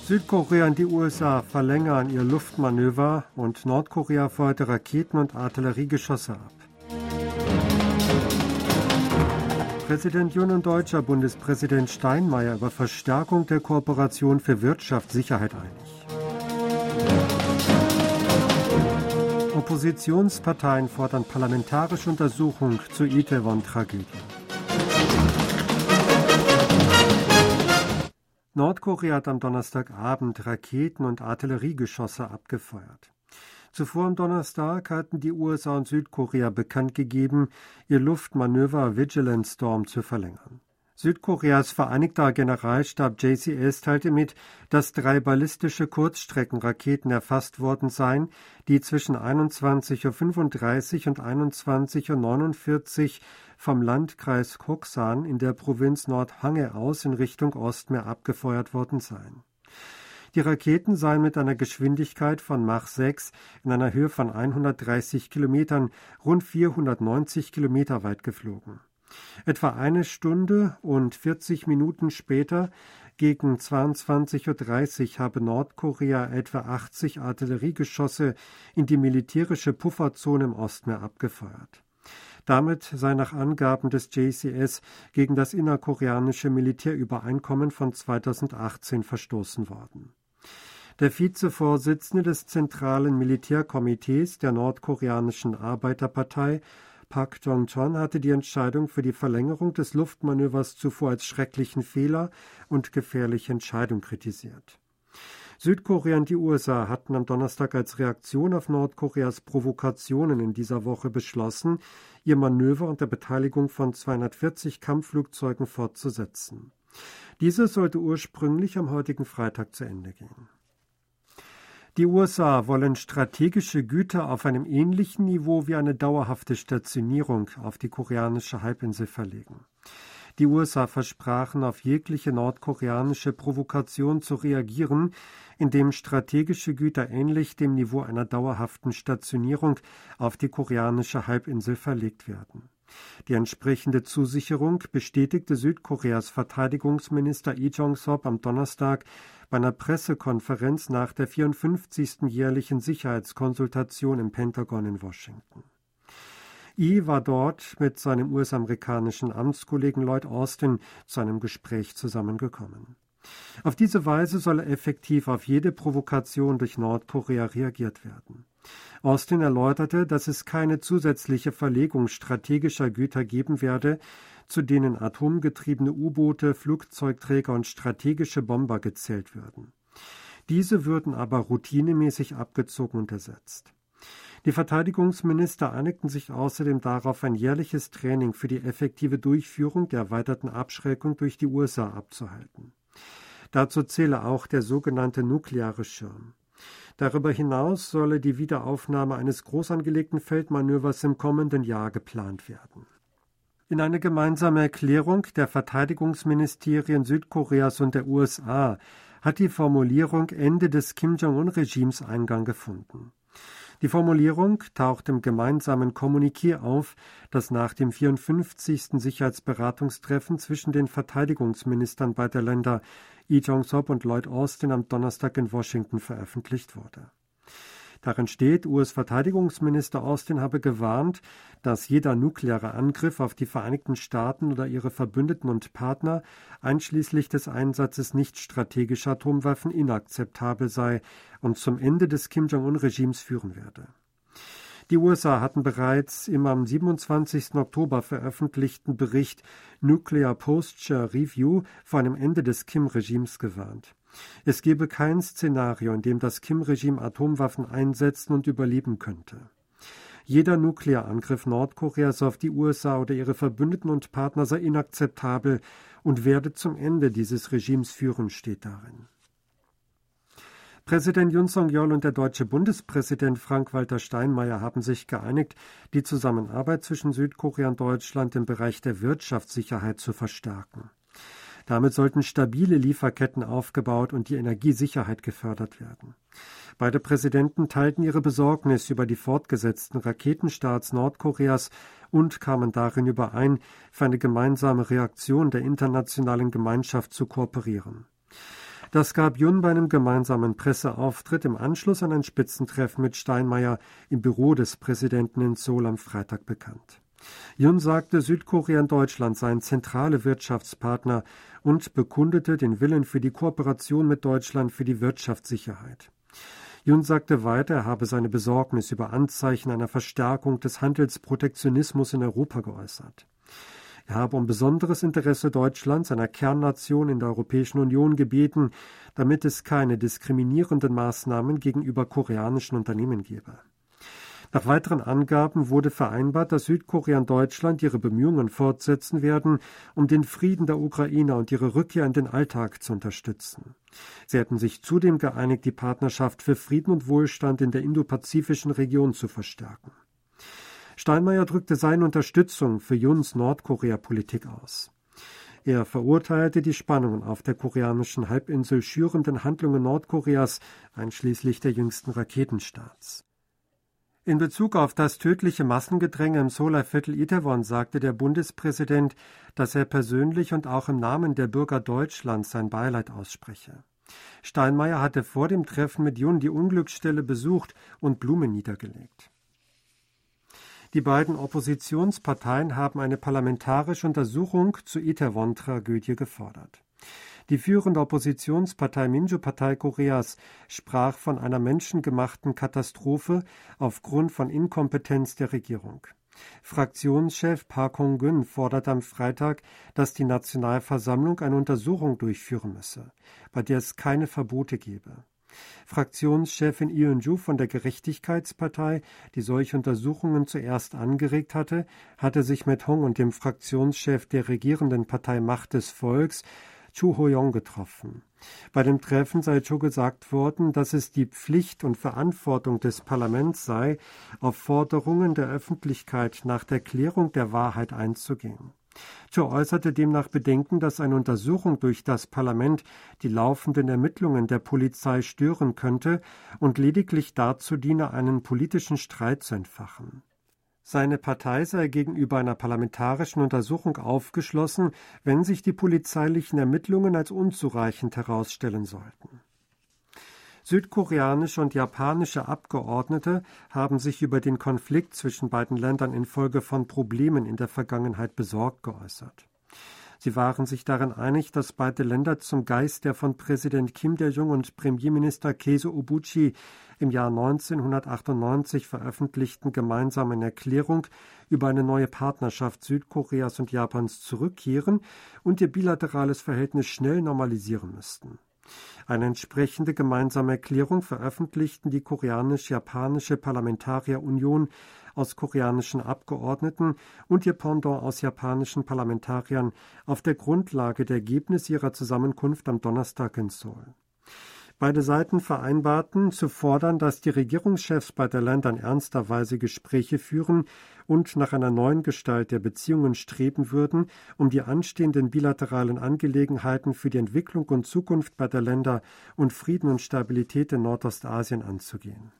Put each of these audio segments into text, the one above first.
Südkorea und die USA verlängern ihr Luftmanöver und Nordkorea feuerte Raketen und Artilleriegeschosse ab. Präsident Jun und deutscher Bundespräsident Steinmeier über Verstärkung der Kooperation für Wirtschaft, Sicherheit einig. Oppositionsparteien fordern parlamentarische Untersuchung zur Itaewon-Tragödie. Nordkorea hat am Donnerstagabend Raketen und Artilleriegeschosse abgefeuert. Zuvor am Donnerstag hatten die USA und Südkorea bekannt gegeben, ihr Luftmanöver Vigilant Storm zu verlängern. Südkoreas Vereinigter Generalstab JCS teilte mit, dass 3 ballistische Kurzstreckenraketen erfasst worden seien, die zwischen 21:35 und 21:49 vom Landkreis Goksan in der Provinz Nordhanggae aus in Richtung Ostmeer abgefeuert worden seien. Die Raketen seien mit einer Geschwindigkeit von Mach 6 in einer Höhe von 130 Kilometern rund 490 Kilometer weit geflogen. Etwa 1 Stunde und 40 Minuten später, gegen 22:30 Uhr, habe Nordkorea etwa 80 Artilleriegeschosse in die militärische Pufferzone im Ostmeer abgefeuert. Damit sei nach Angaben des JCS gegen das innerkoreanische Militärübereinkommen von 2018 verstoßen worden. Der Vizevorsitzende des Zentralen Militärkomitees der nordkoreanischen Arbeiterpartei, Park Jong-chon, hatte die Entscheidung für die Verlängerung des Luftmanövers zuvor als schrecklichen Fehler und gefährliche Entscheidung kritisiert. Südkorea und die USA hatten am Donnerstag als Reaktion auf Nordkoreas Provokationen in dieser Woche beschlossen, ihr Manöver unter Beteiligung von 240 Kampfflugzeugen fortzusetzen. Dieses sollte ursprünglich am heutigen Freitag zu Ende gehen. Die USA wollen strategische Güter auf einem ähnlichen Niveau wie eine dauerhafte Stationierung auf die koreanische Halbinsel verlegen. Die USA versprachen, auf jegliche nordkoreanische Provokation zu reagieren, indem strategische Güter ähnlich dem Niveau einer dauerhaften Stationierung auf die koreanische Halbinsel verlegt werden. Die entsprechende Zusicherung bestätigte Südkoreas Verteidigungsminister Lee Jong-sop am Donnerstag bei einer Pressekonferenz nach der 54. jährlichen Sicherheitskonsultation im Pentagon in Washington. Lee war dort mit seinem US-amerikanischen Amtskollegen Lloyd Austin zu einem Gespräch zusammengekommen. Auf diese Weise solle effektiv auf jede Provokation durch Nordkorea reagiert werden. Austin erläuterte, dass es keine zusätzliche Verlegung strategischer Güter geben werde, zu denen atomgetriebene U-Boote, Flugzeugträger und strategische Bomber gezählt würden. Diese würden aber routinemäßig abgezogen und ersetzt. Die Verteidigungsminister einigten sich außerdem darauf, ein jährliches Training für die effektive Durchführung der erweiterten Abschreckung durch die USA abzuhalten. Dazu zähle auch der sogenannte nukleare Schirm. Darüber hinaus solle die Wiederaufnahme eines groß angelegten Feldmanövers im kommenden Jahr geplant werden. In eine gemeinsame Erklärung der Verteidigungsministerien Südkoreas und der USA hat die Formulierung Ende des Kim-Jong-un-Regimes Eingang gefunden. Die Formulierung taucht im gemeinsamen Kommuniqué auf, das nach dem 54. Sicherheitsberatungstreffen zwischen den Verteidigungsministern beider Länder Lee Jong-sop und Lloyd Austin am Donnerstag in Washington veröffentlicht wurde. Darin steht, US-Verteidigungsminister Austin habe gewarnt, dass jeder nukleare Angriff auf die Vereinigten Staaten oder ihre Verbündeten und Partner, einschließlich des Einsatzes nicht-strategischer Atomwaffen, inakzeptabel sei und zum Ende des Kim-Jong-un-Regimes führen werde. Die USA hatten bereits im am 27. Oktober veröffentlichten Bericht Nuclear Posture Review vor einem Ende des Kim-Regimes gewarnt. Es gebe kein Szenario, in dem das Kim-Regime Atomwaffen einsetzen und überleben könnte. Jeder Nuklearangriff Nordkoreas auf die USA oder ihre Verbündeten und Partner sei inakzeptabel und werde zum Ende dieses Regimes führen, steht darin. Präsident Yoon Suk-yeol und der deutsche Bundespräsident Frank-Walter Steinmeier haben sich geeinigt, die Zusammenarbeit zwischen Südkorea und Deutschland im Bereich der Wirtschaftssicherheit zu verstärken. Damit sollten stabile Lieferketten aufgebaut und die Energiesicherheit gefördert werden. Beide Präsidenten teilten ihre Besorgnis über die fortgesetzten Raketenstarts Nordkoreas und kamen darin überein, für eine gemeinsame Reaktion der internationalen Gemeinschaft zu kooperieren. Das gab Yoon bei einem gemeinsamen Presseauftritt im Anschluss an ein Spitzentreffen mit Steinmeier im Büro des Präsidenten in Seoul am Freitag bekannt. Yoon sagte, Südkorea und Deutschland seien zentrale Wirtschaftspartner und bekundete den Willen für die Kooperation mit Deutschland für die Wirtschaftssicherheit. Yoon sagte weiter, er habe seine Besorgnis über Anzeichen einer Verstärkung des Handelsprotektionismus in Europa geäußert. Er habe um besonderes Interesse Deutschlands, einer Kernnation in der Europäischen Union, gebeten, damit es keine diskriminierenden Maßnahmen gegenüber koreanischen Unternehmen gebe. Nach weiteren Angaben wurde vereinbart, dass Südkorea und Deutschland ihre Bemühungen fortsetzen werden, um den Frieden der Ukrainer und ihre Rückkehr in den Alltag zu unterstützen. Sie hätten sich zudem geeinigt, die Partnerschaft für Frieden und Wohlstand in der indopazifischen Region zu verstärken. Steinmeier drückte seine Unterstützung für Yoons Nordkorea-Politik aus. Er verurteilte die Spannungen auf der koreanischen Halbinsel schürenden Handlungen Nordkoreas, einschließlich der jüngsten Raketenstarts. In Bezug auf das tödliche Massengedränge im Seouler Viertel Itaewon sagte der Bundespräsident, dass er persönlich und auch im Namen der Bürger Deutschlands sein Beileid ausspreche. Steinmeier hatte vor dem Treffen mit Yoon die Unglücksstelle besucht und Blumen niedergelegt. Die beiden Oppositionsparteien haben eine parlamentarische Untersuchung zur Itaewon-Tragödie gefordert. Die führende Oppositionspartei Minju-Partei Koreas sprach von einer menschengemachten Katastrophe aufgrund von Inkompetenz der Regierung. Fraktionschef Park Hong-gun forderte am Freitag, dass die Nationalversammlung eine Untersuchung durchführen müsse, bei der es keine Verbote gebe. Fraktionschefin Eun-ju von der Gerechtigkeitspartei, die solche Untersuchungen zuerst angeregt hatte, hatte sich mit Hong und dem Fraktionschef der regierenden Partei Macht des Volks, Chu Ho-yong, getroffen. Bei dem Treffen sei Chu gesagt worden, dass es die Pflicht und Verantwortung des Parlaments sei, auf Forderungen der Öffentlichkeit nach der Klärung der Wahrheit einzugehen. Chu äußerte demnach Bedenken, dass eine Untersuchung durch das Parlament die laufenden Ermittlungen der Polizei stören könnte und lediglich dazu diene, einen politischen Streit zu entfachen. Seine Partei sei gegenüber einer parlamentarischen Untersuchung aufgeschlossen, wenn sich die polizeilichen Ermittlungen als unzureichend herausstellen sollten. Südkoreanische und japanische Abgeordnete haben sich über den Konflikt zwischen beiden Ländern infolge von Problemen in der Vergangenheit besorgt geäußert. Sie waren sich darin einig, dass beide Länder zum Geist der von Präsident Kim Il-jung und Premierminister Keizo Ubuchi im Jahr 1998 veröffentlichten gemeinsamen Erklärung über eine neue Partnerschaft Südkoreas und Japans zurückkehren und ihr bilaterales Verhältnis schnell normalisieren müssten. Eine entsprechende gemeinsame Erklärung veröffentlichten die koreanisch-japanische Parlamentarierunion aus koreanischen Abgeordneten und ihr Pendant aus japanischen Parlamentariern auf der Grundlage der Ergebnisse ihrer Zusammenkunft am Donnerstag in Seoul. Beide Seiten vereinbarten, zu fordern, dass die Regierungschefs beider Länder in ernster Weise Gespräche führen und nach einer neuen Gestalt der Beziehungen streben würden, um die anstehenden bilateralen Angelegenheiten für die Entwicklung und Zukunft beider Länder und Frieden und Stabilität in Nordostasien anzugehen.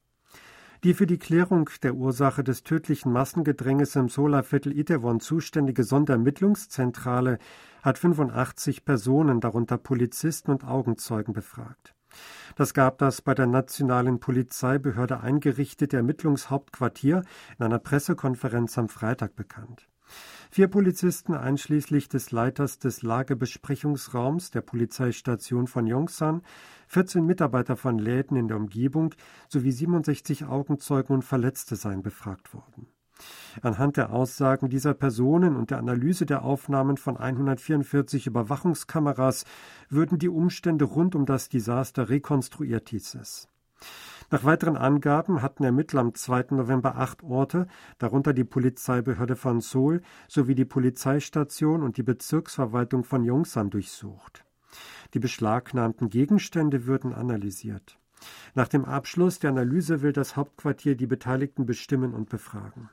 Die für die Klärung der Ursache des tödlichen Massengedränges im Seouler Viertel Itaewon zuständige Sonderermittlungszentrale hat 85 Personen, darunter Polizisten und Augenzeugen, befragt. Das gab das bei der nationalen Polizeibehörde eingerichtete Ermittlungshauptquartier in einer Pressekonferenz am Freitag bekannt. 4 Polizisten einschließlich des Leiters des Lagebesprechungsraums der Polizeistation von Yongsan, 14 Mitarbeiter von Läden in der Umgebung sowie 67 Augenzeugen und Verletzte seien befragt worden. Anhand der Aussagen dieser Personen und der Analyse der Aufnahmen von 144 Überwachungskameras würden die Umstände rund um das Desaster rekonstruiert, hieß es. Nach weiteren Angaben hatten Ermittler am 2. November 8 Orte, darunter die Polizeibehörde von Seoul sowie die Polizeistation und die Bezirksverwaltung von Yongsan durchsucht. Die beschlagnahmten Gegenstände würden analysiert. Nach dem Abschluss der Analyse will das Hauptquartier die Beteiligten bestimmen und befragen.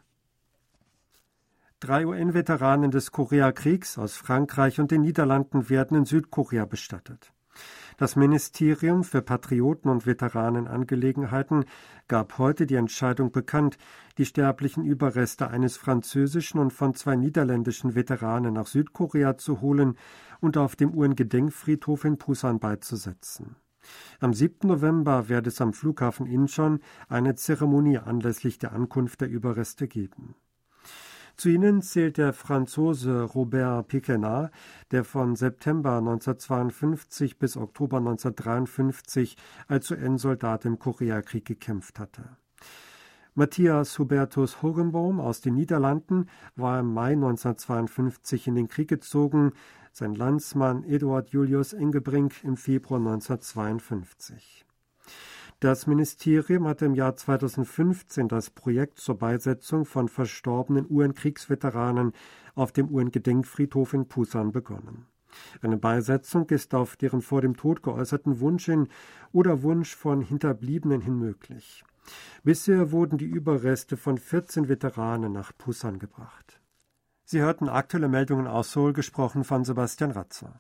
3 UN-Veteranen des Koreakriegs aus Frankreich und den Niederlanden werden in Südkorea bestattet. Das Ministerium für Patrioten- und Veteranenangelegenheiten gab heute die Entscheidung bekannt, die sterblichen Überreste eines französischen und von 2 niederländischen Veteranen nach Südkorea zu holen und auf dem UN-Gedenkfriedhof in Pusan beizusetzen. Am 7. November werde es am Flughafen Incheon eine Zeremonie anlässlich der Ankunft der Überreste geben. Zu ihnen zählt der Franzose Robert Piquenard, der von September 1952 bis Oktober 1953 als UN-Soldat im Koreakrieg gekämpft hatte. Matthias Hubertus Hogenboom aus den Niederlanden war im Mai 1952 in den Krieg gezogen, sein Landsmann Eduard Julius Engebrink im Februar 1952. Das Ministerium hatte im Jahr 2015 das Projekt zur Beisetzung von verstorbenen UN-Kriegsveteranen auf dem UN-Gedenkfriedhof in Pusan begonnen. Eine Beisetzung ist auf deren vor dem Tod geäußerten Wunsch hin oder Wunsch von Hinterbliebenen hin möglich. Bisher wurden die Überreste von 14 Veteranen nach Pusan gebracht. Sie hörten aktuelle Meldungen aus Seoul, gesprochen von Sebastian Ratzer.